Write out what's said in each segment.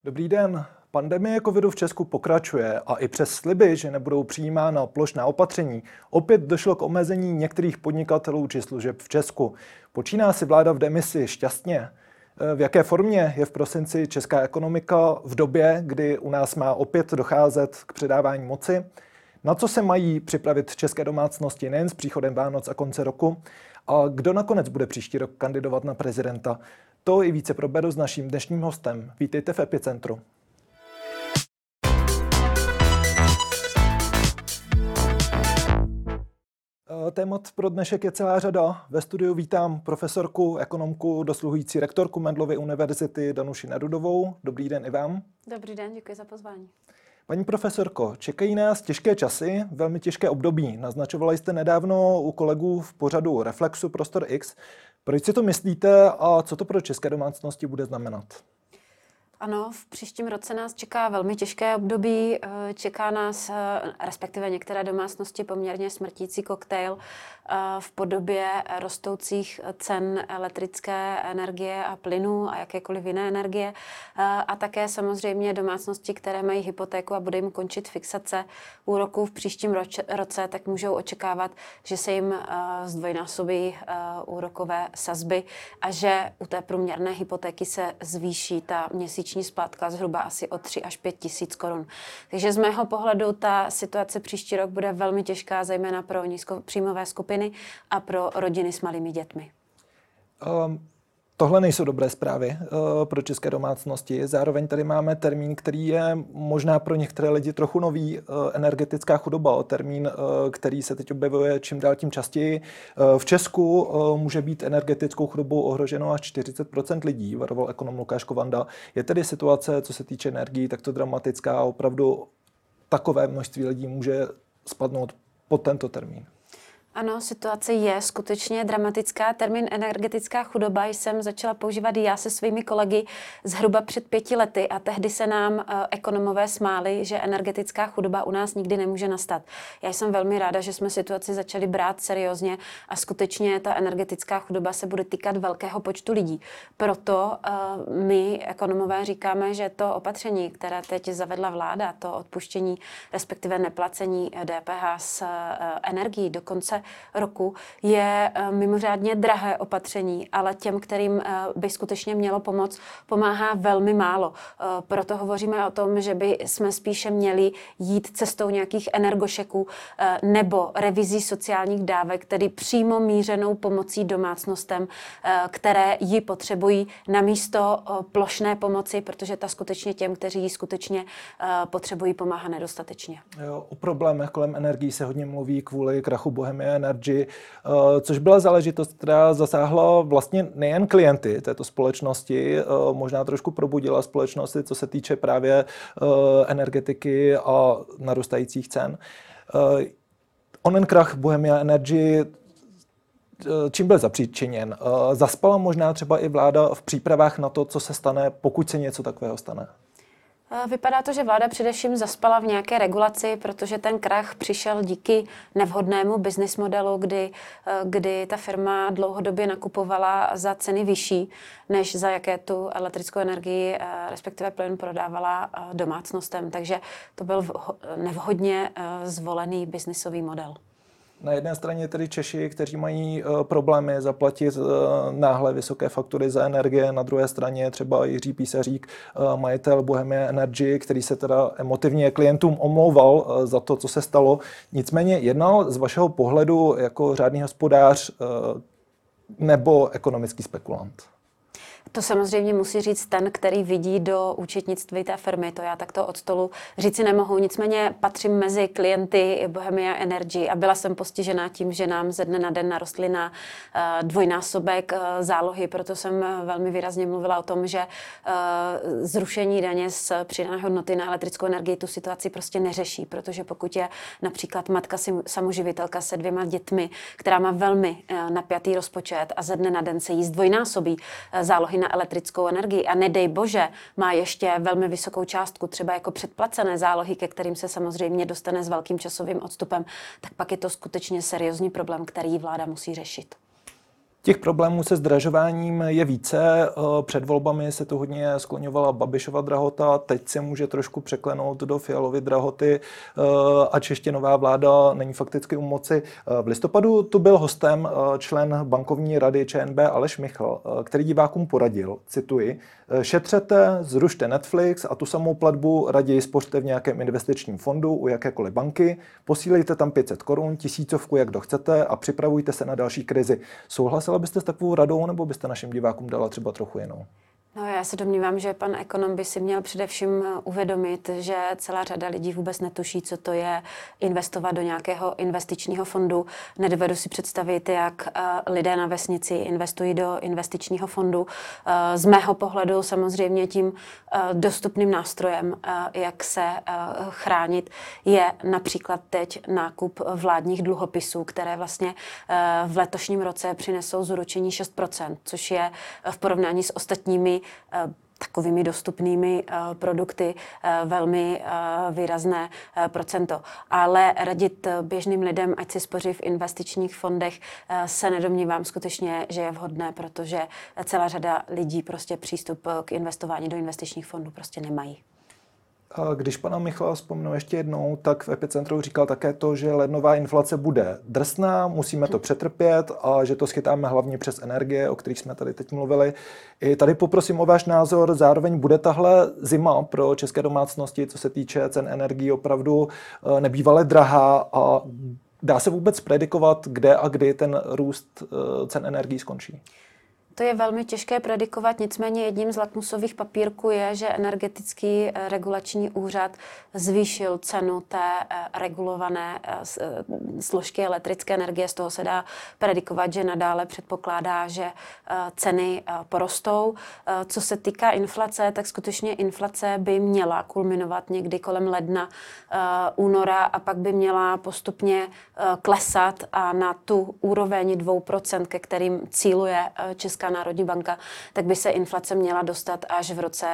Dobrý den. Pandemie covidu v Česku pokračuje a i přes sliby, že nebudou přijímána plošná opatření, opět došlo k omezení některých podnikatelů či služeb v Česku. Počíná si vláda v demisi šťastně? V jaké formě je v prosinci česká ekonomika v době, kdy u nás má opět docházet k předávání moci? Na co se mají připravit české domácnosti nejen s příchodem Vánoc a konce roku? A kdo nakonec bude příští rok kandidovat na prezidenta? To i více proberu s naším dnešním hostem. Vítejte v Epicentru. Témat pro dnešek je celá řada. Ve studiu vítám profesorku, ekonomku, dosluhující rektorku Mendelovy univerzity Danuši Nerudovou. Dobrý den i vám. Dobrý den, děkuji za pozvání. Paní profesorko, čekají nás těžké časy, velmi těžké období. Naznačovala jste nedávno u kolegů v pořadu Reflexu Prostor X. Proč si to myslíte a co to pro české domácnosti bude znamenat? Ano, v příštím roce nás čeká velmi těžké období. Čeká nás, respektive některé domácnosti, poměrně smrtící koktejl v podobě rostoucích cen elektrické energie a plynu a jakékoliv jiné energie. A také samozřejmě domácnosti, které mají hypotéku a bude jim končit fixace úroků v příštím roce, tak můžou očekávat, že se jim zdvojnásobí úrokové sazby a že u té průměrné hypotéky se zvýší ta měsíční splátka zhruba asi o 3 až 5 tisíc korun. Takže z mého pohledu ta situace příští rok bude velmi těžká, zejména pro nízkopříjmové skupiny a pro rodiny s malými dětmi. Tohle nejsou dobré zprávy pro české domácnosti. Zároveň tady máme termín, který je možná pro některé lidi trochu nový, energetická chudoba. Termín, který se teď objevuje čím dál tím častěji. V Česku může být energetickou chudobou ohroženo až 40% lidí, varoval ekonom Lukáš Kovanda. Je tedy situace, co se týče energií, takto dramatická a opravdu takové množství lidí může spadnout pod tento termín? Ano, situace je skutečně dramatická. Termín energetická chudoba jsem začala používat i já se svými kolegy zhruba před 5 lety a tehdy se nám ekonomové smáli, že energetická chudoba u nás nikdy nemůže nastat. Já jsem velmi ráda, že jsme situaci začali brát seriózně a skutečně ta energetická chudoba se bude týkat velkého počtu lidí. Proto my ekonomové říkáme, že to opatření, které teď zavedla vláda, to odpuštění, respektive neplacení DPH z energií do konce roku je mimořádně drahé opatření, ale těm, kterým by skutečně mělo pomoct, pomáhá velmi málo. Proto hovoříme o tom, že by jsme spíše měli jít cestou nějakých energošeků nebo revizí sociálních dávek, tedy přímo mířenou pomocí domácnostem, které ji potřebují namísto plošné pomoci, protože ta skutečně těm, kteří ji skutečně potřebují, pomáhá nedostatečně. Jo, o problémech kolem energií se hodně mluví kvůli krachu Bohemia Energy, což byla záležitost, která zasáhla vlastně nejen klienty této společnosti, možná trošku probudila společnosti, co se týče právě energetiky a narůstajících cen. Onen krach Bohemia Energy, čím byl zapříčiněn? Zaspala možná třeba i vláda v přípravách na to, co se stane, pokud se něco takového stane? Vypadá to, že vláda především zaspala v nějaké regulaci, protože ten krach přišel díky nevhodnému business modelu, kdy ta firma dlouhodobě nakupovala za ceny vyšší, než za jaké tu elektrickou energii, respektive plyn prodávala domácnostem. Takže to byl nevhodně zvolený businessový model. Na jedné straně tedy Češi, kteří mají problémy zaplatit náhle vysoké faktury za energie, na druhé straně třeba Jiří Písařík, majitel Bohemia Energy, který se teda emotivně klientům omlouval za to, co se stalo. Nicméně jednal z vašeho pohledu jako řádný hospodář nebo ekonomický spekulant? To samozřejmě musí říct ten, který vidí do účetnictví té firmy. To já takto od stolu říci nemohu. Nicméně patřím mezi klienty Bohemia Energy a byla jsem postižená tím, že nám ze dne na den narostly na dvojnásobek zálohy. Proto jsem velmi výrazně mluvila o tom, že zrušení daně z přidané hodnoty na elektrickou energii tu situaci prostě neřeší. Protože pokud je například matka samoživitelka se 2 dětmi, která má velmi napjatý rozpočet a ze dne na den se jí zdvojnásobí zálohy na elektrickou energii a nedej bože má ještě velmi vysokou částku, třeba jako předplacené zálohy, ke kterým se samozřejmě dostane s velkým časovým odstupem, tak pak je to skutečně seriózní problém, který vláda musí řešit. Těch problémů se zdražováním je více. Před volbami se to hodně skloňovala Babišova drahota, teď se může trošku překlenout do Fialovy drahoty, ač ještě nová vláda není fakticky u moci. V listopadu tu byl hostem člen bankovní rady ČNB Aleš Michl, který divákům poradil, cituji, šetřete, zrušte Netflix a tu samou platbu raději spořte v nějakém investičním fondu u jakékoliv banky, posílejte tam 500 korun, 1000, jak kdo chcete a připravujte se na další krizi. Souhlasila byste s takovou radou, nebo byste našim divákům dala třeba trochu jinou? No, já se domnívám, že pan ekonom by si měl především uvědomit, že celá řada lidí vůbec netuší, co to je investovat do nějakého investičního fondu. Nedovedu si představit, jak lidé na vesnici investují do investičního fondu. Z mého pohledu samozřejmě tím dostupným nástrojem, jak se chránit, je například teď nákup vládních dluhopisů, které vlastně v letošním roce přinesou zúročení 6%, což je v porovnání s ostatními takovými dostupnými produkty velmi výrazné procento. Ale radit běžným lidem, ať si spoří v investičních fondech, se nedomnívám skutečně, že je vhodné, protože celá řada lidí prostě přístup k investování do investičních fondů prostě nemají. Když pana Michla vzpomenu ještě jednou, tak v Epicentru říkal také to, že lednová inflace bude drsná, musíme to přetrpět a že to schytáme hlavně přes energie, o kterých jsme tady teď mluvili. I tady poprosím o váš názor, zároveň bude tahle zima pro české domácnosti, co se týče cen energií, opravdu nebývale drahá a dá se vůbec predikovat, kde a kdy ten růst cen energií skončí? To je velmi těžké predikovat, nicméně jedním z lakmusových papírků je, že Energetický regulační úřad zvýšil cenu té regulované složky elektrické energie. Z toho se dá predikovat, že nadále předpokládá, že ceny porostou. Co se týká inflace, tak skutečně inflace by měla kulminovat někdy kolem ledna, února a pak by měla postupně klesat a na tu úroveň 2%, ke kterým cíluje Česká národní banka, tak by se inflace měla dostat až v roce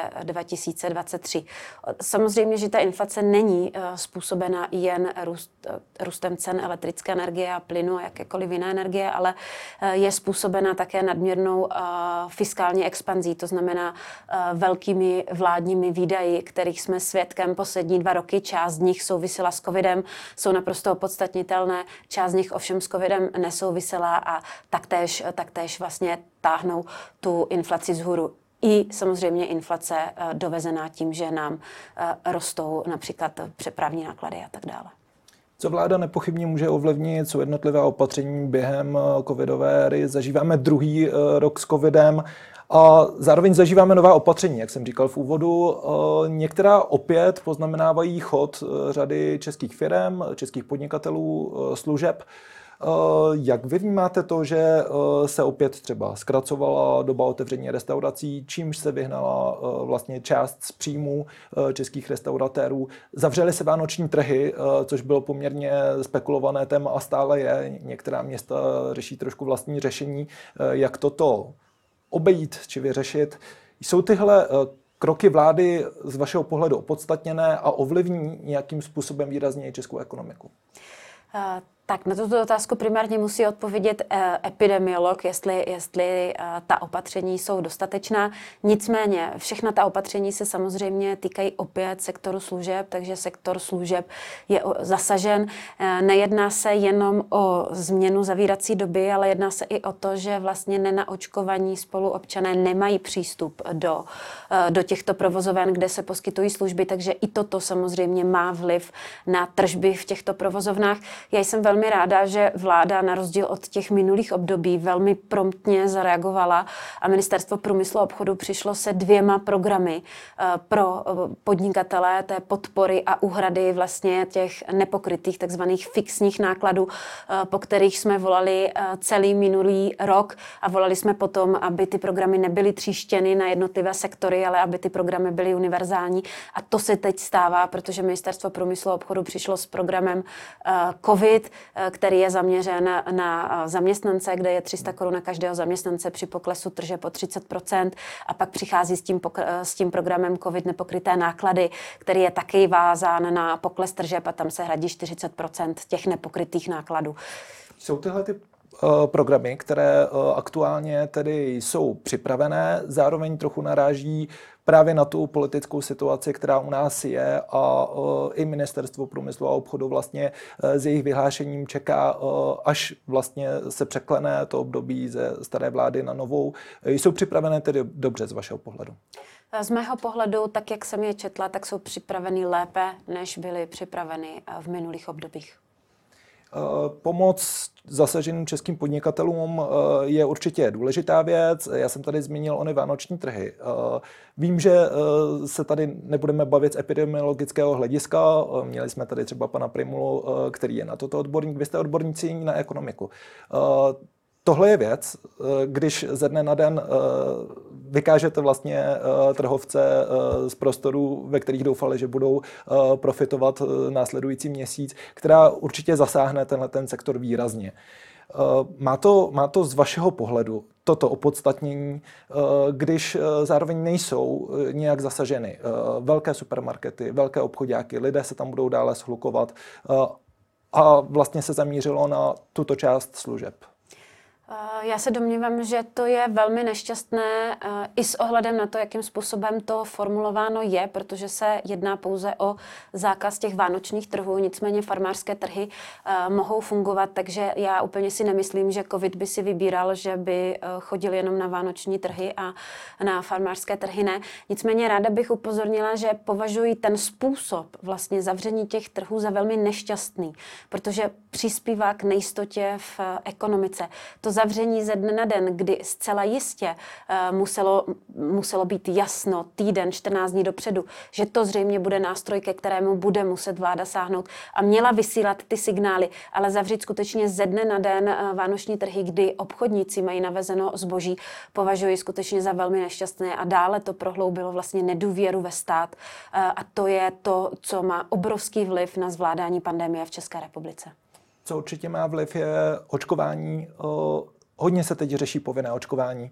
2023. Samozřejmě, že ta inflace není způsobena jen růstem cen elektrické energie a plynu a jakékoliv jiné energie, ale je způsobena také nadměrnou fiskální expanzí, to znamená velkými vládními výdaji, kterých jsme svědkem poslední 2 roky. Část z nich souvisela s covidem, jsou naprosto opodstatnitelné, část z nich ovšem s covidem nesouvisela a taktéž vlastně táhnou tu inflaci vzhůru. I samozřejmě inflace dovezená tím, že nám rostou například přepravní náklady a tak dále. Co vláda nepochybně může ovlivnit, jsou jednotlivá opatření během covidové éry. Zažíváme druhý rok s covidem a zároveň zažíváme nová opatření, jak jsem říkal v úvodu. Některá opět poznamenávají chod řady českých firem, českých podnikatelů, služeb. Jak vy vnímáte to, že se opět třeba zkracovala doba otevření restaurací, čímž se vyhnala vlastně část z příjmů českých restauratérů? Zavřely se vánoční trhy, což bylo poměrně spekulované téma a stále je. Některá města řeší trošku vlastní řešení, jak toto obejít či vyřešit. Jsou tyhle kroky vlády z vašeho pohledu opodstatněné a ovlivní nějakým způsobem výrazně českou ekonomiku? Tak na tuto otázku primárně musí odpovědět epidemiolog, jestli ta opatření jsou dostatečná. Nicméně všechna ta opatření se samozřejmě týkají opět sektoru služeb, takže sektor služeb je zasažen. Nejedná se jenom o změnu zavírací doby, ale jedná se i o to, že vlastně nenaočkovaní spoluobčané nemají přístup do těchto provozoven, kde se poskytují služby, takže i toto samozřejmě má vliv na tržby v těchto provozovnách. Já jsem velmi ráda, že vláda na rozdíl od těch minulých období velmi promptně zareagovala a Ministerstvo průmyslu a obchodu přišlo se 2 programy pro podnikatele té podpory a úhrady vlastně těch nepokrytých takzvaných fixních nákladů, po kterých jsme volali celý minulý rok a volali jsme potom, aby ty programy nebyly tříštěny na jednotlivé sektory, ale aby ty programy byly univerzální. A to se teď stává, protože Ministerstvo průmyslu a obchodu přišlo s programem COVID, který je zaměřen na zaměstnance, kde je 300 korun na každého zaměstnance při poklesu tržeb o 30%, a pak přichází s tím programem COVID nepokryté náklady, který je taky vázán na pokles tržeb a tam se hradí 40% těch nepokrytých nákladů. Jsou tyhle ty programy, které aktuálně tedy jsou připravené, zároveň trochu naráží právě na tu politickou situaci, která u nás je a i Ministerstvo průmyslu a obchodu vlastně s jejich vyhlášením čeká, až vlastně se překlene to období ze staré vlády na novou. Jsou připravené tedy dobře z vašeho pohledu? Z mého pohledu, tak jak jsem je četla, tak jsou připraveny lépe, než byly připraveny v minulých obdobích. Pomoc zasaženým českým podnikatelům je určitě důležitá věc. Já jsem tady zmínil ony vánoční trhy. Vím, že se tady nebudeme bavit z epidemiologického hlediska. Měli jsme tady třeba pana Primulu, který je na toto odborník. Vy jste odborníci na ekonomiku. Tohle je věc, když ze dne na den vykážete vlastně trhovce z prostorů, ve kterých doufali, že budou profitovat následující měsíc, která určitě zasáhne ten sektor výrazně. Má to z vašeho pohledu toto opodstatnění, když zároveň nejsou nějak zasaženy velké supermarkety, velké obchoďáky, lidé se tam budou dále shlukovat a vlastně se zamířilo na tuto část služeb? Já se domnívám, že to je velmi nešťastné i s ohledem na to, jakým způsobem to formulováno je, protože se jedná pouze o zákaz těch vánočních trhů, nicméně farmářské trhy mohou fungovat, takže já úplně si nemyslím, že covid by si vybíral, že by chodil jenom na vánoční trhy a na farmářské trhy ne. Nicméně ráda bych upozornila, že považuji ten způsob vlastně zavření těch trhů za velmi nešťastný, protože přispívá k nejistotě v ekonomice. To zavření ze dne na den, kdy zcela jistě muselo být jasno týden, 14 dní dopředu, že to zřejmě bude nástroj, ke kterému bude muset vláda sáhnout a měla vysílat ty signály, ale zavřít skutečně ze dne na den vánoční trhy, kdy obchodníci mají navezeno zboží, považuji skutečně za velmi nešťastné a dále to prohloubilo vlastně nedůvěru ve stát a to je to, co má obrovský vliv na zvládání pandemie v České republice. Co určitě má vliv, je očkování. Hodně se teď řeší povinné očkování.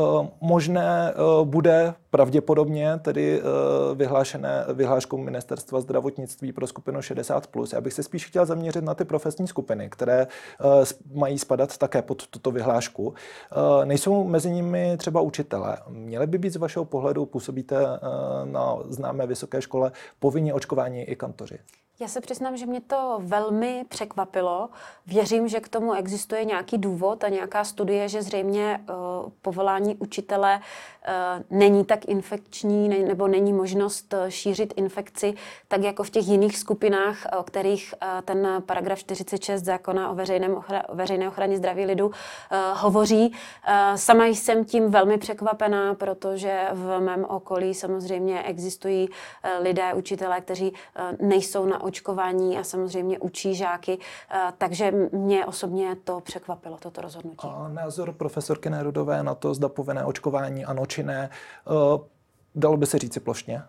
Možné bude pravděpodobně tedy vyhlášené vyhláškou Ministerstva zdravotnictví pro skupinu 60+. Já bych se spíš chtěl zaměřit na ty profesní skupiny, které mají spadat také pod tuto vyhlášku. Nejsou mezi nimi třeba učitelé. Měli by být z vašeho pohledu, působíte na známé vysoké škole, povinně očkování i kantoři? Já se přiznám, že mě to velmi překvapilo. Věřím, že k tomu existuje nějaký důvod a nějaká studie, že zřejmě povolání učitele není tak infekční nebo není možnost šířit infekci, tak jako v těch jiných skupinách, o kterých ten paragraf 46 zákona o veřejné ochraně zdraví lidu hovoří. Sama jsem tím velmi překvapená, protože v mém okolí samozřejmě existují lidé, učitelé, kteří nejsou na očkování a samozřejmě učí žáky, takže mě osobně to překvapilo, toto rozhodnutí. A názor profesorky Nerudové na to, zda povinné očkování ano či ne, dalo by se říci plošně?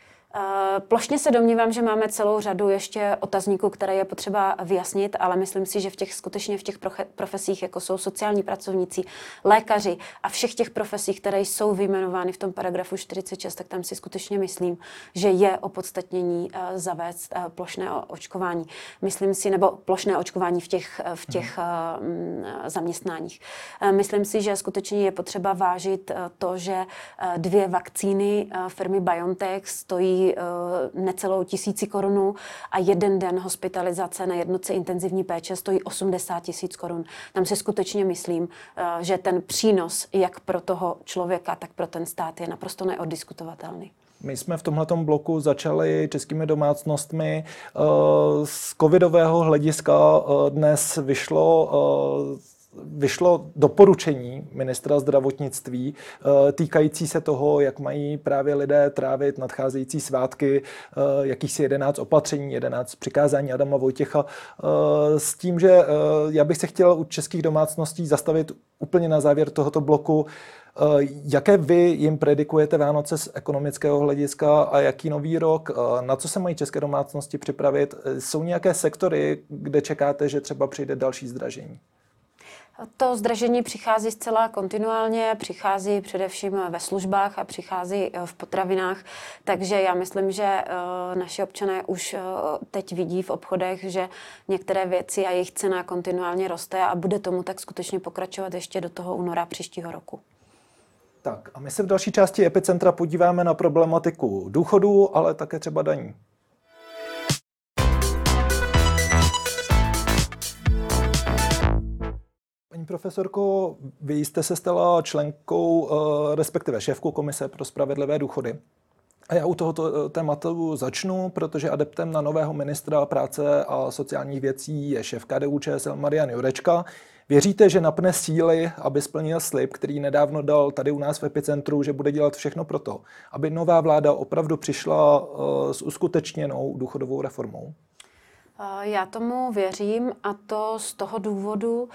Plošně se domnívám, že máme celou řadu ještě otazníků, které je potřeba vyjasnit, ale myslím si, že skutečně v těch profesích, jako jsou sociální pracovníci, lékaři a všech těch profesích, které jsou vyjmenovány v tom paragrafu 46, tak tam si skutečně myslím, že je opodstatnění zavést plošné očkování. Myslím si, nebo plošné očkování v těch zaměstnáních. Myslím si, že skutečně je potřeba vážit to, že 2 vakcíny firmy BioNTech stojí necelou 1000 korun a 1 den hospitalizace na jednotce intenzivní péče stojí 80 000 korun. Tam si skutečně myslím, že ten přínos jak pro toho člověka, tak pro ten stát je naprosto neoddiskutovatelný. My jsme v tomhletom bloku začali českými domácnostmi. Z covidového hlediska dnes vyšlo doporučení ministra zdravotnictví týkající se toho, jak mají právě lidé trávit nadcházející svátky, jakýchsi 11 opatření, 11 přikázání Adama Vojtěcha, s tím, že já bych se chtěl u českých domácností zastavit úplně na závěr tohoto bloku. Jaké vy jim predikujete Vánoce z ekonomického hlediska a jaký nový rok? Na co se mají české domácnosti připravit? Jsou nějaké sektory, kde čekáte, že třeba přijde další zdražení? To zdražení přichází zcela kontinuálně, přichází především ve službách a přichází v potravinách, takže já myslím, že naši občané už teď vidí v obchodech, že některé věci a jejich cena kontinuálně roste a bude tomu tak skutečně pokračovat ještě do toho února příštího roku. Tak a my se v další části Epicentra podíváme na problematiku důchodů, ale také třeba daní. Paní profesorko, vy jste se stala členkou, respektive šéfkou Komise pro spravedlivé důchody. A já u tohoto tématu začnu, protože adeptem na nového ministra práce a sociálních věcí je šéf KDU-ČSL Marian Jurečka. Věříte, že napne síly, aby splnil slib, který nedávno dal tady u nás v Epicentru, že bude dělat všechno pro to, aby nová vláda opravdu přišla s uskutečněnou důchodovou reformou? Já tomu věřím, a to z toho důvodu,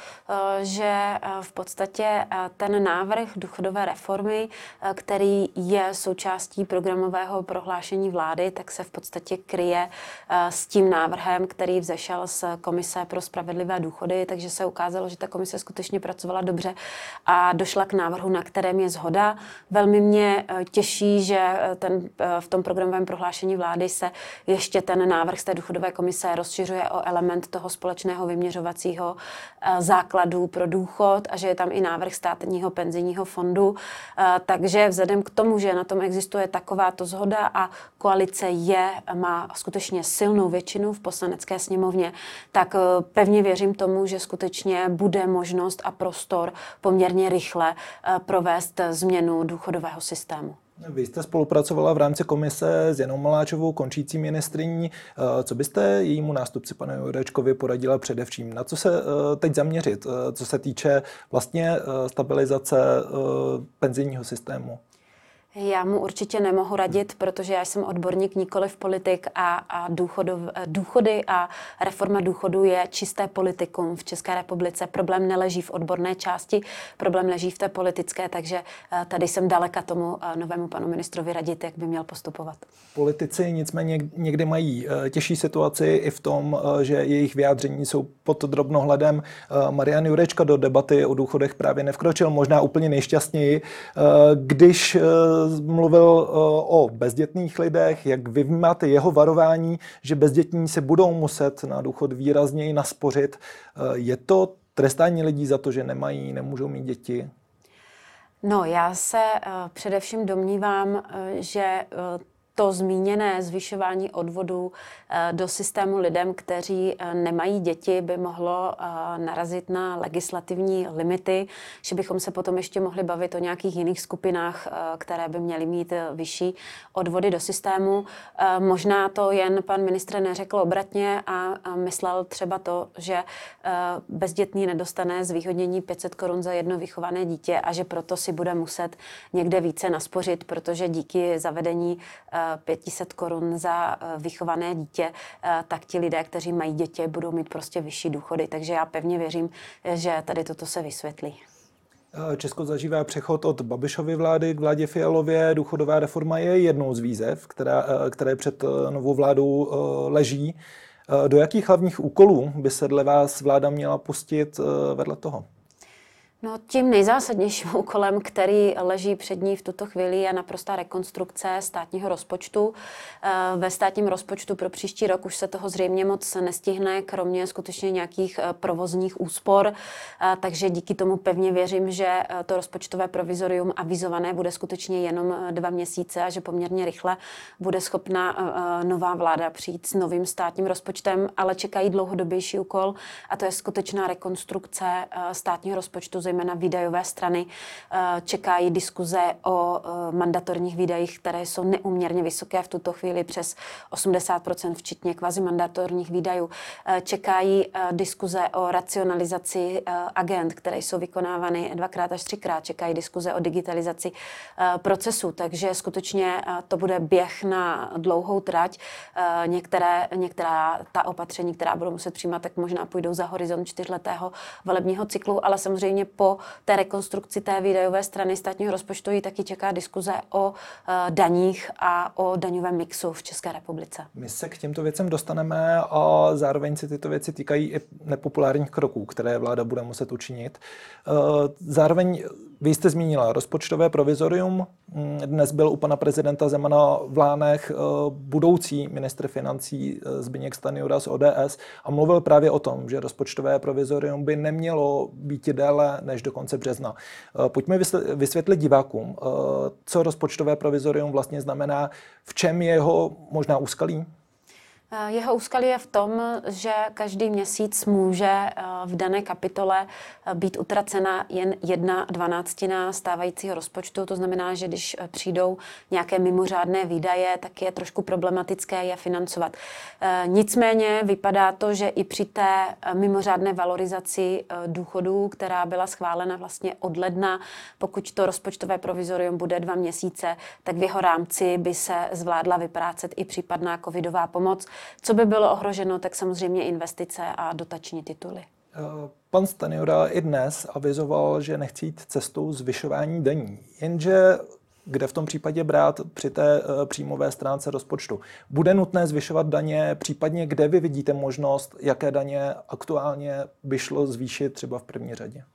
že v podstatě ten návrh důchodové reformy, který je součástí programového prohlášení vlády, tak se v podstatě kryje s tím návrhem, který vzešel z Komise pro spravedlivé důchody, takže se ukázalo, že ta komise skutečně pracovala dobře a došla k návrhu, na kterém je shoda. Velmi mě těší, že v tom programovém prohlášení vlády se ještě ten návrh z té důchodové komise rozšiřuje o element toho společného vyměřovacího základu pro důchod a že je tam i návrh státního penzijního fondu. Takže vzhledem k tomu, že na tom existuje takováto shoda a koalice má skutečně silnou většinu v Poslanecké sněmovně, tak pevně věřím tomu, že skutečně bude možnost a prostor poměrně rychle provést změnu důchodového systému. Vy jste spolupracovala v rámci komise s Janou Maláčovou, končící ministryní. Co byste jejímu nástupci, panu Jurečkovi, poradila především? Na co se teď zaměřit, co se týče vlastně stabilizace penzijního systému? Já mu určitě nemohu radit, protože já jsem odborník, nikoliv politik a důchody a reforma důchodu je čisté politikum v České republice. Problém neleží v odborné části, problém leží v té politické, takže tady jsem daleka tomu novému panu ministrovi radit, jak by měl postupovat. Politici nicméně někdy mají těžší situaci i v tom, že jejich vyjádření jsou pod drobnohledem. Marian Jurečka do debaty o důchodech právě nevkročil, možná úplně nejšťastněji, když mluvil o bezdětných lidech, jak vy vnímáte jeho varování, že bezdětní se budou muset na důchod výrazněji naspořit. Je to trestání lidí za to, že nemůžou mít děti? No, já se především domnívám, že to zmíněné zvyšování odvodů do systému lidem, kteří nemají děti, by mohlo narazit na legislativní limity, že bychom se potom ještě mohli bavit o nějakých jiných skupinách, které by měly mít vyšší odvody do systému. Možná to jen pan ministr neřekl obratně a myslel třeba to, že bezdětný nedostane zvýhodnění 500 korun za jedno vychované dítě a že proto si bude muset někde více naspořit, protože díky zavedení 500 korun za vychované dítě, tak ti lidé, kteří mají děti, budou mít prostě vyšší důchody. Takže já pevně věřím, že tady toto se vysvětlí. Česko zažívá přechod od Babišovy vlády k vládě Fialově. Důchodová reforma je jednou z výzev, které před novou vládou leží. Do jakých hlavních úkolů by se dle vás vláda měla pustit vedle toho? No, tím nejzásadnějším úkolem, který leží před ní v tuto chvíli, je naprostá rekonstrukce státního rozpočtu. Ve státním rozpočtu pro příští rok už se toho zřejmě moc nestihne, kromě skutečně nějakých provozních úspor. Takže díky tomu pevně věřím, že to rozpočtové provizorium avizované bude skutečně jenom 2 měsíce a že poměrně rychle bude schopna nová vláda přijít s novým státním rozpočtem, ale čekají dlouhodobější úkol a to je skutečná rekonstrukce státního rozpočtu, zejména výdajové strany. Čekají diskuze o mandatorních výdajích, které jsou neúměrně vysoké v tuto chvíli přes 80%, včetně kvazimandatorních výdajů. Čekají diskuze o racionalizaci agend, které jsou vykonávány 2x až 3x. Čekají diskuze o digitalizaci procesů, takže skutečně to bude běh na dlouhou trať. Některá ta opatření, která budou muset přijímat, tak možná půjdou za horizont 4letého volebního cyklu, ale samozřejmě po té rekonstrukci té výdajové strany státního rozpočtu ji taky čeká diskuze o daních a o daňovém mixu v České republice. My se k těmto věcem dostaneme a zároveň se tyto věci týkají i nepopulárních kroků, které vláda bude muset učinit. Zároveň vy jste zmínila rozpočtové provizorium. Dnes byl u pana prezidenta Zemana v Lánech budoucí ministr financí Zbyněk Stanjura z ODS a mluvil právě o tom, že rozpočtové provizorium by nemělo být déle než do konce března. Pojďme vysvětlit divákům, co rozpočtové provizorium vlastně znamená, v čem je jeho možná úskalí? Jeho úskalí je v tom, že každý měsíc může v dané kapitole být utracena jen 1/12 stávajícího rozpočtu. To znamená, že když přijdou nějaké mimořádné výdaje, tak je trošku problematické je financovat. Nicméně vypadá to, že i při té mimořádné valorizaci důchodů, která byla schválena vlastně od ledna, pokud to rozpočtové provizorium bude 2 měsíce, tak v jeho rámci by se zvládla vyplácet i případná covidová pomoc. Co by bylo ohroženo, tak samozřejmě investice a dotační tituly. Pan Stanjura i dnes avizoval, že nechce jít cestou zvyšování daní. Jenže kde v tom případě brát při té příjmové stránce rozpočtu? Bude nutné zvyšovat daně, případně kde vy vidíte možnost, jaké daně aktuálně by šlo zvýšit třeba v první řadě?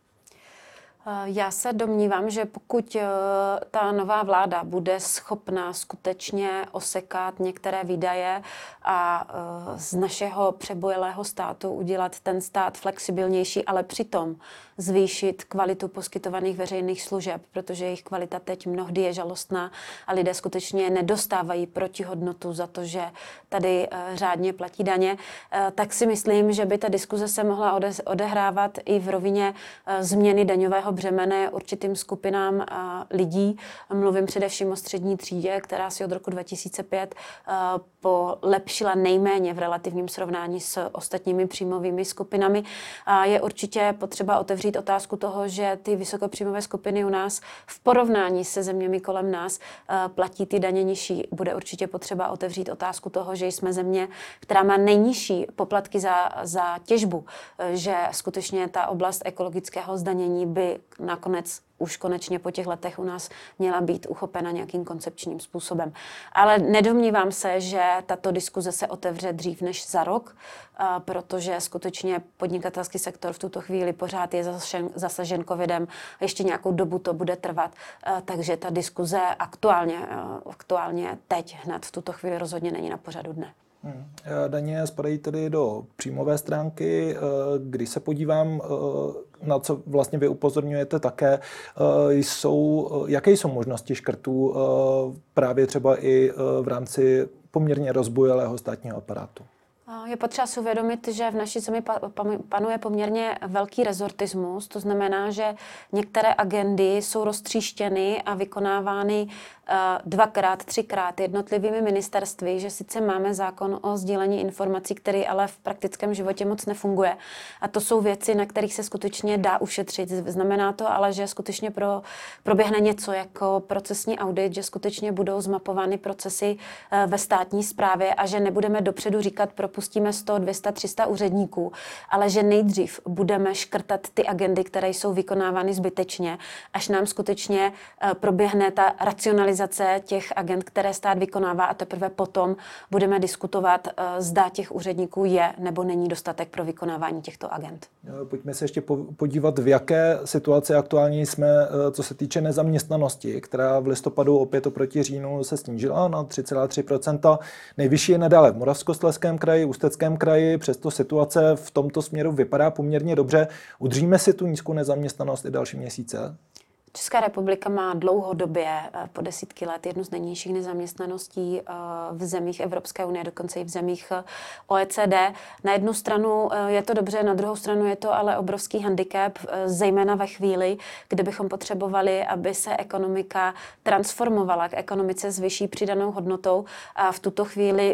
Já se domnívám, že pokud ta nová vláda bude schopna skutečně osekat některé výdaje a z našeho přebujelého státu udělat ten stát flexibilnější, ale přitom zvýšit kvalitu poskytovaných veřejných služeb, protože jejich kvalita teď mnohdy je žalostná a lidé skutečně nedostávají protihodnotu za to, že tady řádně platí daně, tak si myslím, že by ta diskuze se mohla odehrávat i v rovině změny daňového břemene určitým skupinám lidí. Mluvím především o střední třídě, která si od roku 2005 polepšila nejméně v relativním srovnání s ostatními příjmovými skupinami. A je určitě potřeba otevřít otázku toho, že ty vysokopříjmové skupiny u nás v porovnání se zeměmi kolem nás platí ty daně nižší. Bude určitě potřeba otevřít otázku toho, že jsme země, která má nejnižší poplatky za těžbu, že skutečně ta oblast ekologického zdanění by nakonec už konečně po těch letech u nás měla být uchopena nějakým koncepčním způsobem. Ale nedomnívám se, že tato diskuze se otevře dřív než za rok, protože skutečně podnikatelský sektor v tuto chvíli pořád je zasažen covidem a ještě nějakou dobu to bude trvat. Takže ta diskuze aktuálně teď hned v tuto chvíli rozhodně není na pořadu dne. Daně spadají tedy do příjmové stránky. Když se podívám, na co vlastně vy upozorňujete také, jaké jsou možnosti škrtů právě třeba i v rámci poměrně rozbujelého státního aparátu? Je potřeba si uvědomit, že v naší zemi panuje poměrně velký rezortismus, to znamená, že některé agendy jsou roztříštěny a vykonávány 2x, 3x jednotlivými ministerstvy, že sice máme zákon o sdílení informací, který ale v praktickém životě moc nefunguje. A to jsou věci, na kterých se skutečně dá ušetřit. Znamená to ale, že skutečně proběhne něco jako procesní audit, že skutečně budou zmapovány procesy ve státní správě a že nebudeme dopředu říkat, propustíme 100, 200, 300 úředníků, ale že nejdřív budeme škrtat ty agendy, které jsou vykonávány zbytečně, až nám skutečně proběhne ta racionalizace těch agend, které stát vykonává a teprve potom budeme diskutovat, zda těch úředníků je nebo není dostatek pro vykonávání těchto agend. Pojďme se ještě podívat, v jaké situaci aktuálně jsme, co se týče nezaměstnanosti, která v listopadu opět oproti říjnu se snížila na 3,3%. Nejvyšší je nadále v Moravskoslezském kraji, Ústeckém kraji, přesto situace v tomto směru vypadá poměrně dobře. Udržíme si tu nízkou nezaměstnanost i další měsíce? Česká republika má dlouhodobě po desítky let jednu z nejnižších nezaměstnaností v zemích Evropské unie, dokonce i v zemích OECD. Na jednu stranu je to dobře, na druhou stranu je to ale obrovský handicap, zejména ve chvíli, kdy bychom potřebovali, aby se ekonomika transformovala k ekonomice s vyšší přidanou hodnotou. A v tuto chvíli,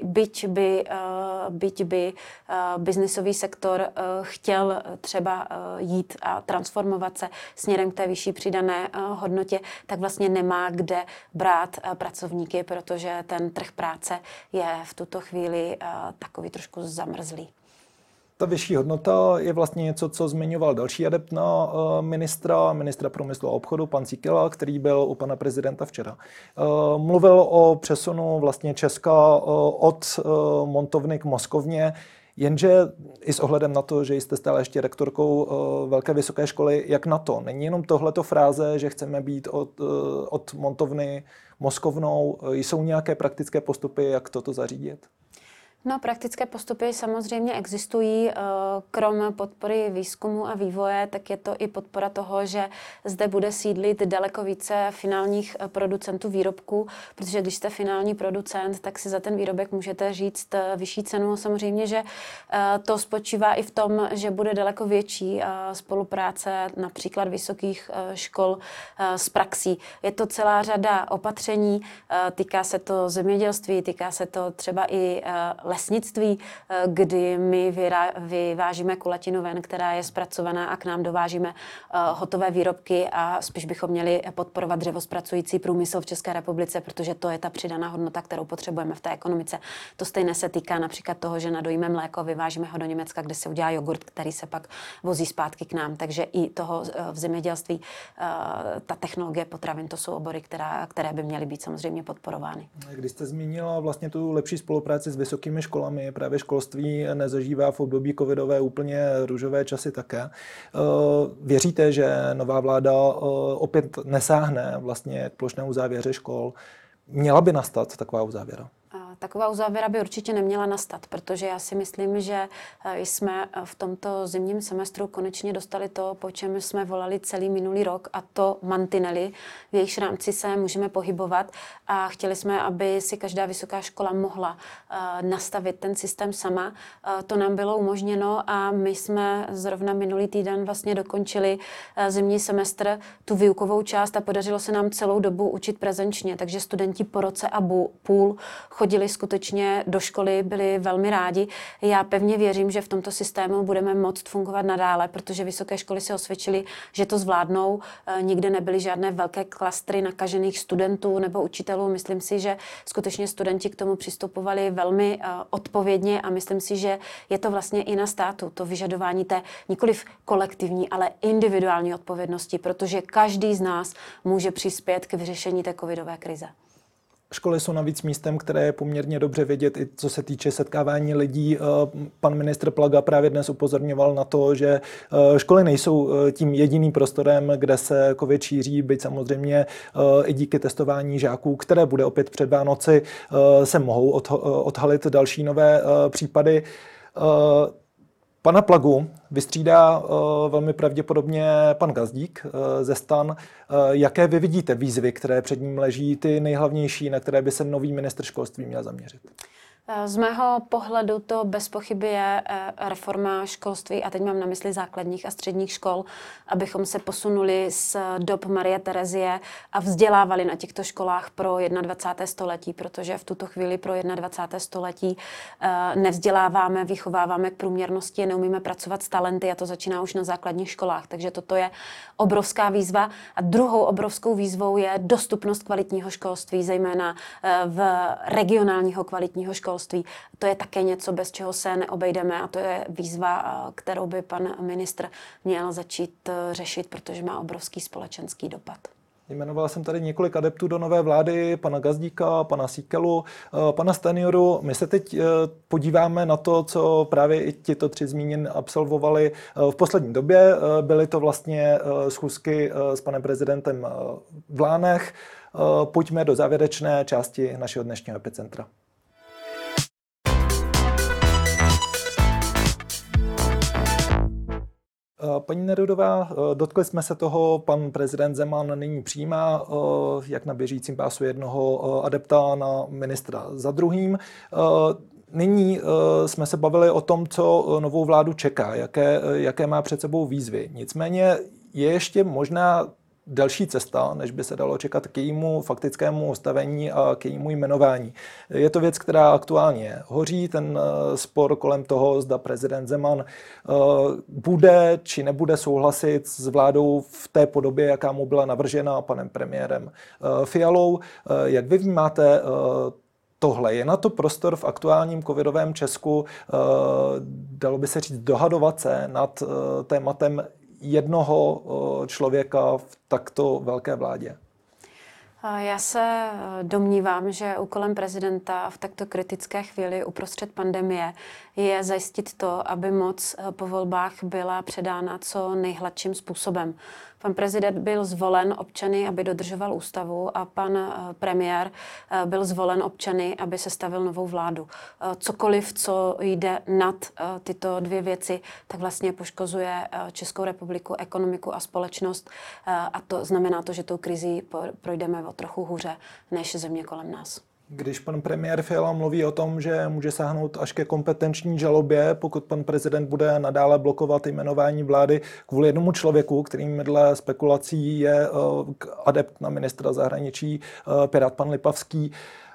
byť by biznisový sektor chtěl třeba jít a transformovat se směrem k té vyšší přidané hodnotě, tak vlastně nemá kde brát pracovníky, protože ten trh práce je v tuto chvíli takový trošku zamrzlý. Ta vyšší hodnota je vlastně něco, co zmiňoval další adept na ministra průmyslu a obchodu, pan Síkela, který byl u pana prezidenta včera. Mluvil o přesunu vlastně Česka od montovny k moskovně, jenže i s ohledem na to, že jste stále ještě rektorkou velké vysoké školy, jak na to? Není jenom tohleto fráze, že chceme být od montovny moskovnou, jsou nějaké praktické postupy, jak toto zařídit? No, praktické postupy samozřejmě existují. Krom podpory výzkumu a vývoje, tak je to i podpora toho, že zde bude sídlit daleko více finálních producentů výrobků, protože když jste finální producent, tak si za ten výrobek můžete říct vyšší cenu. Samozřejmě, že to spočívá i v tom, že bude daleko větší spolupráce například vysokých škol s praxí. Je to celá řada opatření, týká se to zemědělství, týká se to třeba i lesnictví, kdy my vyvážíme kulatinu ven, která je zpracovaná a k nám dovážíme hotové výrobky a spíš bychom měli podporovat dřevozpracující průmysl v České republice, protože to je ta přidaná hodnota, kterou potřebujeme v té ekonomice. To stejné se týká například toho, že nadojíme mléko, vyvážíme ho do Německa, kde se udělá jogurt, který se pak vozí zpátky k nám. Takže i toho v zemědělství ta technologie potravin, to jsou obory, které by měly být samozřejmě podporovány. Když jste zmínila vlastně tu lepší spolupráci s vysokými školami, právě školství nezažívá v období covidové úplně růžové časy také. Věříte, že nová vláda opět nesáhne vlastně k plošné uzávěře škol? Měla by nastat taková uzávěra? Taková uzávěra by určitě neměla nastat, protože já si myslím, že jsme v tomto zimním semestru konečně dostali to, po čem jsme volali celý minulý rok, a to mantinely, v jejichž rámci se můžeme pohybovat, a chtěli jsme, aby si každá vysoká škola mohla nastavit ten systém sama. To nám bylo umožněno a my jsme zrovna minulý týden vlastně dokončili zimní semestr, tu výukovou část, a podařilo se nám celou dobu učit prezenčně, takže studenti po roce a půl chodili skutečně do školy, byli velmi rádi. Já pevně věřím, že v tomto systému budeme moct fungovat nadále, protože vysoké školy se osvědčily, že to zvládnou. Nikde nebyly žádné velké klastry nakažených studentů nebo učitelů. Myslím si, že skutečně studenti k tomu přistupovali velmi odpovědně a myslím si, že je to vlastně i na státu, to vyžadování té nikoliv kolektivní, ale individuální odpovědnosti, protože každý z nás může přispět k vyřešení té covidové krize. Školy jsou navíc místem, které je poměrně dobře vidět, i co se týče setkávání lidí. Pan ministr Plaga právě dnes upozorňoval na to, že školy nejsou tím jediným prostorem, kde se covid šíří, byť samozřejmě i díky testování žáků, které bude opět před Vánoci, se mohou odhalit další nové případy. Pana Plagu vystřídá velmi pravděpodobně pan Gazdík ze STAN. Jaké vy vidíte výzvy, které před ním leží, ty nejhlavnější, na které by se nový ministr školství měl zaměřit? Z mého pohledu to bez pochyby je reforma školství, a teď mám na mysli základních a středních škol, abychom se posunuli z dob Marie Terezie a vzdělávali na těchto školách pro 21. století, protože v tuto chvíli pro 21. století nevzděláváme, vychováváme k průměrnosti, neumíme pracovat s talenty, a to začíná už na základních školách. Takže toto je obrovská výzva. A druhou obrovskou výzvou je dostupnost kvalitního školství, zejména v regionálního kvalitního školství. To je také něco, bez čeho se neobejdeme, a to je výzva, kterou by pan ministr měl začít řešit, protože má obrovský společenský dopad. Jmenoval jsem tady několik adeptů do nové vlády, pana Gazdíka, pana Síkelu, pana Stanjuru. My se teď podíváme na to, co právě i tito tři zmíněni absolvovali v poslední době. Byly to vlastně schůzky s panem prezidentem v Lánech. Pojďme do závěrečné části našeho dnešního epicentra. Paní Nerudová, dotkli jsme se toho, pan prezident Zeman nyní přijímá, jak na běžícím pásu, jednoho adepta na ministra za druhým. Nyní jsme se bavili o tom, co novou vládu čeká, jaké má před sebou výzvy. Nicméně je ještě možná delší cesta, než by se dalo čekat k jejímu faktickému ustavení a k jejímu jmenování. Je to věc, která aktuálně hoří, ten spor kolem toho, zda prezident Zeman bude či nebude souhlasit s vládou v té podobě, jaká mu byla navržena panem premiérem Fialou. Jak vy vnímáte tohle. Je na to prostor v aktuálním covidovém Česku, dalo by se říct, dohadovat se nad tématem jednoho člověka v takto velké vládě? Já se domnívám, že úkolem prezidenta v takto kritické chvíli uprostřed pandemie je zajistit to, aby moc po volbách byla předána co nejhladším způsobem. Pan prezident byl zvolen občany, aby dodržoval ústavu, a pan premiér byl zvolen občany, aby sestavil novou vládu. Cokoliv, co jde nad tyto dvě věci, tak vlastně poškozuje Českou republiku, ekonomiku a společnost, a to znamená to, že tou krizí projdeme o trochu hůře než země kolem nás. Když pan premiér Fiala mluví o tom, že může sáhnout až ke kompetenční žalobě, pokud pan prezident bude nadále blokovat jmenování vlády kvůli jednomu člověku, kterým dle spekulací je adept na ministra zahraničí, pirát pan Lipavský,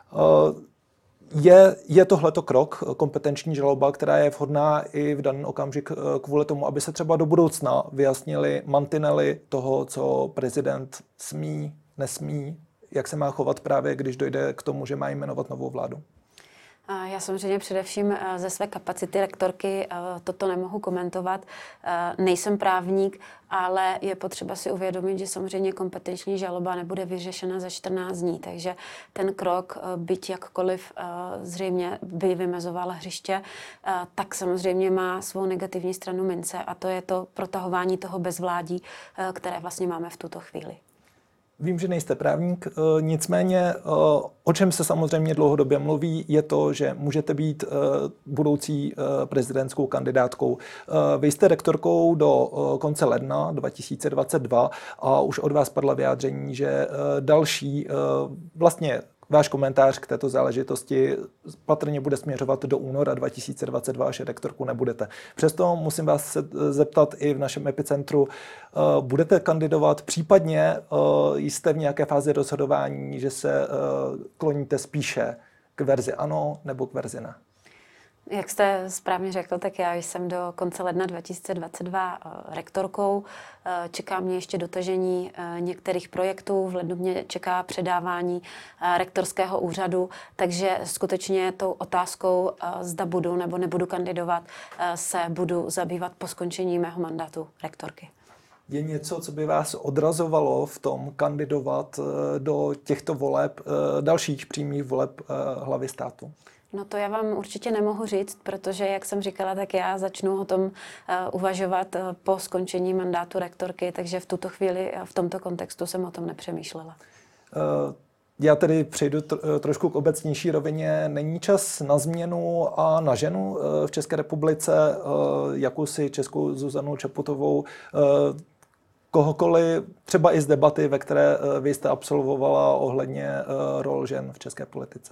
je tohleto krok, kompetenční žaloba, která je vhodná i v daný okamžik kvůli tomu, aby se třeba do budoucna vyjasnily mantinely toho, co prezident smí, nesmí, jak se má chovat právě, když dojde k tomu, že má jmenovat novou vládu? Já samozřejmě především ze své kapacity rektorky toto nemohu komentovat. Nejsem právník, ale je potřeba si uvědomit, že samozřejmě kompetenční žaloba nebude vyřešena za 14 dní, takže ten krok, byť jakkoliv zřejmě by vymezoval hřiště, tak samozřejmě má svou negativní stranu mince, a to je to protahování toho bezvládí, které vlastně máme v tuto chvíli. Vím, že nejste právník, nicméně o čem se samozřejmě dlouhodobě mluví, je to, že můžete být budoucí prezidentskou kandidátkou. Vy jste rektorkou do konce ledna 2022 a už od vás padla vyjádření, že další vlastně váš komentář k této záležitosti patrně bude směřovat do února 2022, že rektorku nebudete. Přesto musím vás zeptat i v našem epicentru, budete kandidovat, případně jste v nějaké fázi rozhodování, že se kloníte spíše k verzi ano nebo k verzi ne? Jak jste správně řekl, tak já jsem do konce ledna 2022 rektorkou. Čeká mě ještě dotažení některých projektů. V lednu mě čeká předávání rektorského úřadu, takže skutečně tou otázkou, zda budu nebo nebudu kandidovat, se budu zabývat po skončení mého mandátu rektorky. Je něco, co by vás odrazovalo v tom kandidovat do těchto voleb, dalších přímých voleb hlavy státu? No to já vám určitě nemohu říct, protože, jak jsem říkala, tak já začnu o tom uvažovat po skončení mandátu rektorky, takže v tuto chvíli v tomto kontextu jsem o tom nepřemýšlela. Já tedy přejdu trošku k obecnější rovině. Není čas na změnu a na ženu v České republice, jakousi českou Zuzanu Čaputovou, kohokoliv, třeba i z debaty, ve které vy jste absolvovala ohledně rol žen v české politice?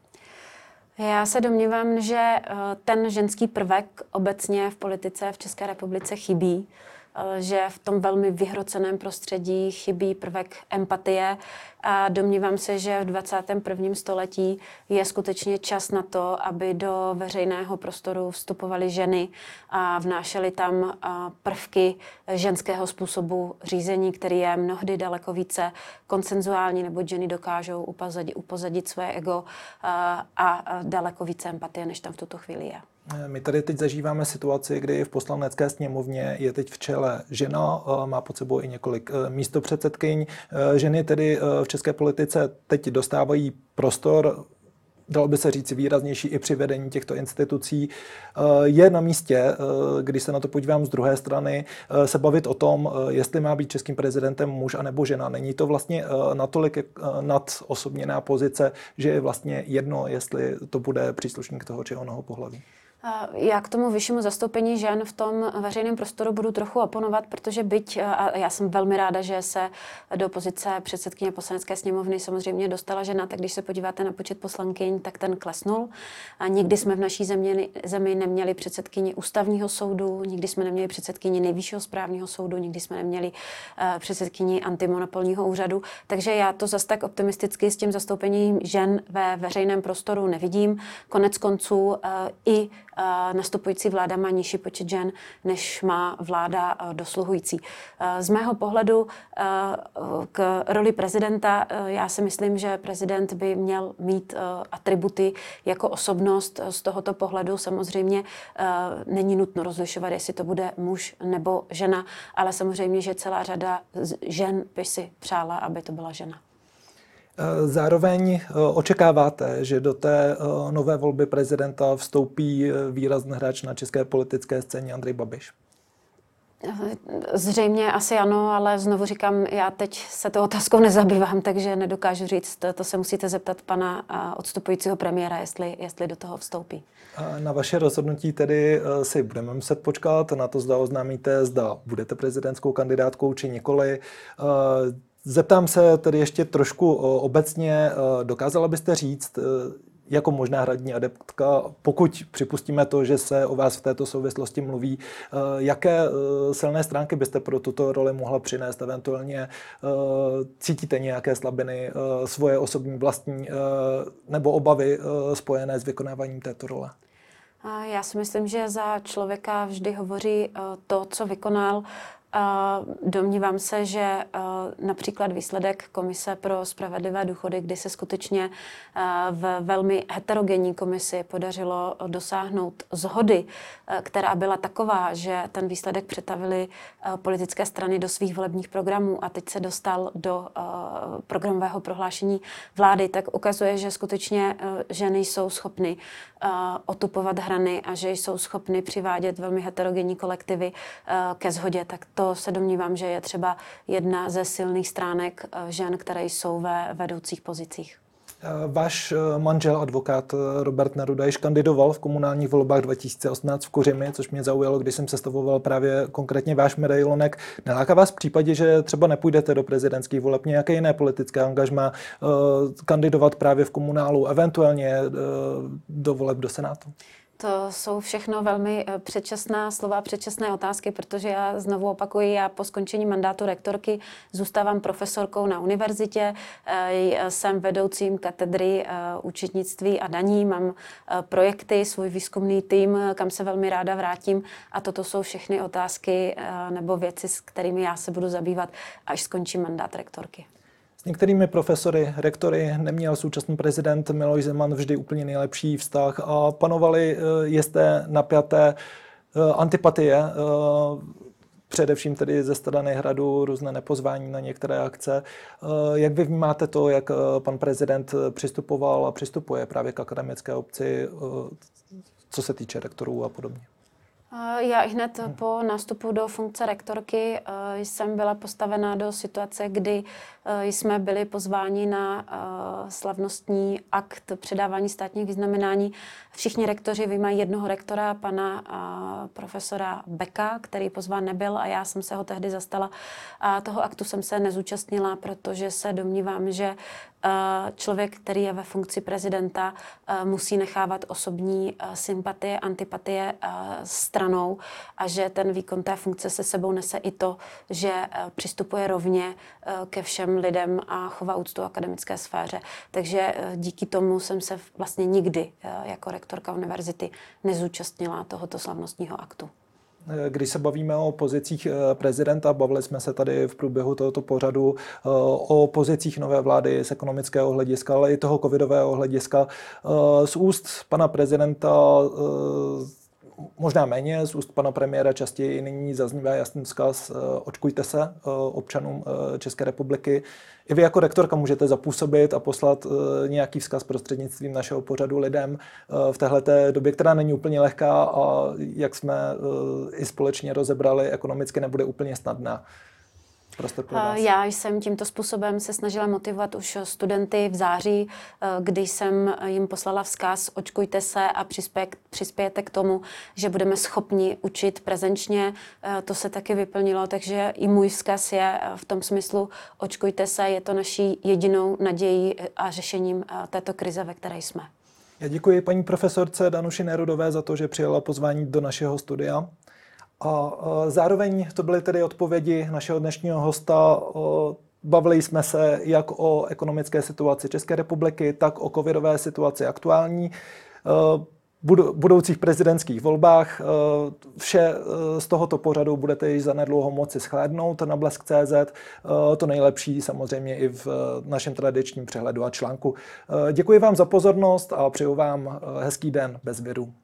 Já se domnívám, že ten ženský prvek obecně v politice v České republice chybí, že v tom velmi vyhroceném prostředí chybí prvek empatie, a domnívám se, že v 21. století je skutečně čas na to, aby do veřejného prostoru vstupovaly ženy a vnášely tam prvky ženského způsobu řízení, který je mnohdy daleko více konsenzuální, nebo ženy dokážou upozadit své ego a daleko více empatie, než tam v tuto chvíli je. My tady teď zažíváme situaci, kdy v poslanecké sněmovně je teď v čele žena, má pod sebou i několik místopředsedkyň. Ženy tedy v české politice teď dostávají prostor, dalo by se říct výraznější i při vedení těchto institucí. Je na místě, když se na to podívám z druhé strany, se bavit o tom, jestli má být českým prezidentem muž anebo žena. Není to vlastně natolik nadosobněná pozice, že je vlastně jedno, jestli to bude příslušník toho či onoho pohlaví. Já k tomu vyššímu zastoupení žen v tom veřejném prostoru budu trochu oponovat, protože byť, a já jsem velmi ráda, že se do pozice předsedkyně Poslanecké sněmovny samozřejmě dostala žena, tak když se podíváte na počet poslankyň, tak ten klesnul. A nikdy jsme v naší zemi neměli předsedkyni ústavního soudu, nikdy jsme neměli předsedkyni Nejvyššího správního soudu, nikdy jsme neměli předsedkyni antimonopolního úřadu, takže já to zas tak optimisticky s tím zastoupením žen ve veřejném prostoru nevidím. Konec konců i nastupující vláda má nižší počet žen, než má vláda dosluhující. Z mého pohledu k roli prezidenta, já si myslím, že prezident by měl mít atributy jako osobnost. Z tohoto pohledu samozřejmě není nutno rozlišovat, jestli to bude muž nebo žena, ale samozřejmě, že celá řada žen by si přála, aby to byla žena. Zároveň očekáváte, že do té nové volby prezidenta vstoupí výrazný hráč na české politické scéně Andrej Babiš? Zřejmě asi ano, ale znovu říkám, já teď se tou otázkou nezabývám, takže nedokážu říct. To se musíte zeptat pana odstupujícího premiéra, jestli do toho vstoupí. Na vaše rozhodnutí tedy si budeme muset počkat, na to zda oznámíte, zda budete prezidentskou kandidátkou či nikoli. Zeptám se tedy ještě trošku obecně, dokázala byste říct, jako možná hradní adeptka, pokud připustíme to, že se o vás v této souvislosti mluví, jaké silné stránky byste pro tuto roli mohla přinést, eventuálně cítíte nějaké slabiny, svoje osobní vlastní nebo obavy spojené s vykonáváním této role? Já si myslím, že za člověka vždy hovoří to, co vykonal. Domnívám se, že například výsledek Komise pro spravedlivé důchody, kdy se skutečně v velmi heterogenní komisi podařilo dosáhnout shody, která byla taková, že ten výsledek přetavily politické strany do svých volebních programů a teď se dostal do programového prohlášení vlády, tak ukazuje, že skutečně ženy jsou schopny otupovat hrany a že jsou schopny přivádět velmi heterogenní kolektivy ke shodě. Tak to se domnívám, že je třeba jedna ze silných stránek žen, které jsou ve vedoucích pozicích. Váš manžel, advokát Robert Neruda, již kandidoval v komunálních volbách 2018 v Kořimi, což mě zaujalo, když jsem sestavoval právě konkrétně váš medailonek. Neláká vás v případě, že třeba nepůjdete do prezidentských voleb, nějaké jiné politické angažmá, kandidovat právě v komunálu, eventuálně do voleb do Senátu? To jsou všechno velmi předčasná slova, předčasné otázky, protože já znovu opakuji, já po skončení mandátu rektorky zůstávám profesorkou na univerzitě, jsem vedoucím katedry účetnictví a daní, mám projekty, svůj výzkumný tým, kam se velmi ráda vrátím a toto jsou všechny otázky nebo věci, s kterými já se budu zabývat, až skončí mandát rektorky. S některými profesory, rektory neměl současný prezident Miloš Zeman vždy úplně nejlepší vztah a panovaly jisté napjaté antipatie, především tedy ze strany hradu, různé nepozvání na některé akce. Jak vy vnímáte to, jak pan prezident přistupoval a přistupuje právě k akademické obci, co se týče rektorů a podobně? Já hned po nástupu do funkce rektorky jsem byla postavena do situace, kdy jsme byli pozváni na slavnostní akt předávání státních vyznamenání. Všichni rektoři vyjmají jednoho rektora, pana profesora Beka, který pozván nebyl a já jsem se ho tehdy zastala. A toho aktu jsem se nezúčastnila, protože se domnívám, že člověk, který je ve funkci prezidenta, musí nechávat osobní sympatie, antipatie stranou a že ten výkon té funkce se sebou nese i to, že přistupuje rovně ke všem lidem a chová úctu akademické sféře. Takže díky tomu jsem se vlastně nikdy jako rektorka univerzity nezúčastnila tohoto slavnostního aktu. Když se bavíme o pozicích prezidenta, bavili jsme se tady v průběhu tohoto pořadu o pozicích nové vlády z ekonomického hlediska, ale i toho covidového hlediska. Z úst pana prezidenta možná méně, z úst pana premiéra častěji nyní zaznívá jasný vzkaz: očkujte se občanům České republiky. I vy jako rektorka můžete zapůsobit a poslat nějaký vzkaz prostřednictvím našeho pořadu lidem v téhleté době, která není úplně lehká a jak jsme i společně rozebrali, ekonomicky nebude úplně snadná. Já jsem tímto způsobem se snažila motivovat už studenty v září, kdy jsem jim poslala vzkaz: očkujte se a přispějete k tomu, že budeme schopni učit prezenčně. To se taky vyplnilo, takže i můj vzkaz je v tom smyslu: očkujte se, je to naší jedinou nadějí a řešením této krize, ve které jsme. Já děkuji paní profesorce Danuši Nerudové za to, že přijala pozvání do našeho studia. A zároveň to byly tedy odpovědi našeho dnešního hosta. Bavili jsme se jak o ekonomické situaci České republiky, tak o covidové situaci aktuální. budoucích prezidentských volbách. Vše z tohoto pořadu budete již zanedlouho moci shlédnout na Blesk.cz. To nejlepší samozřejmě i v našem tradičním přehledu a článku. Děkuji vám za pozornost a přeju vám hezký den bez viru.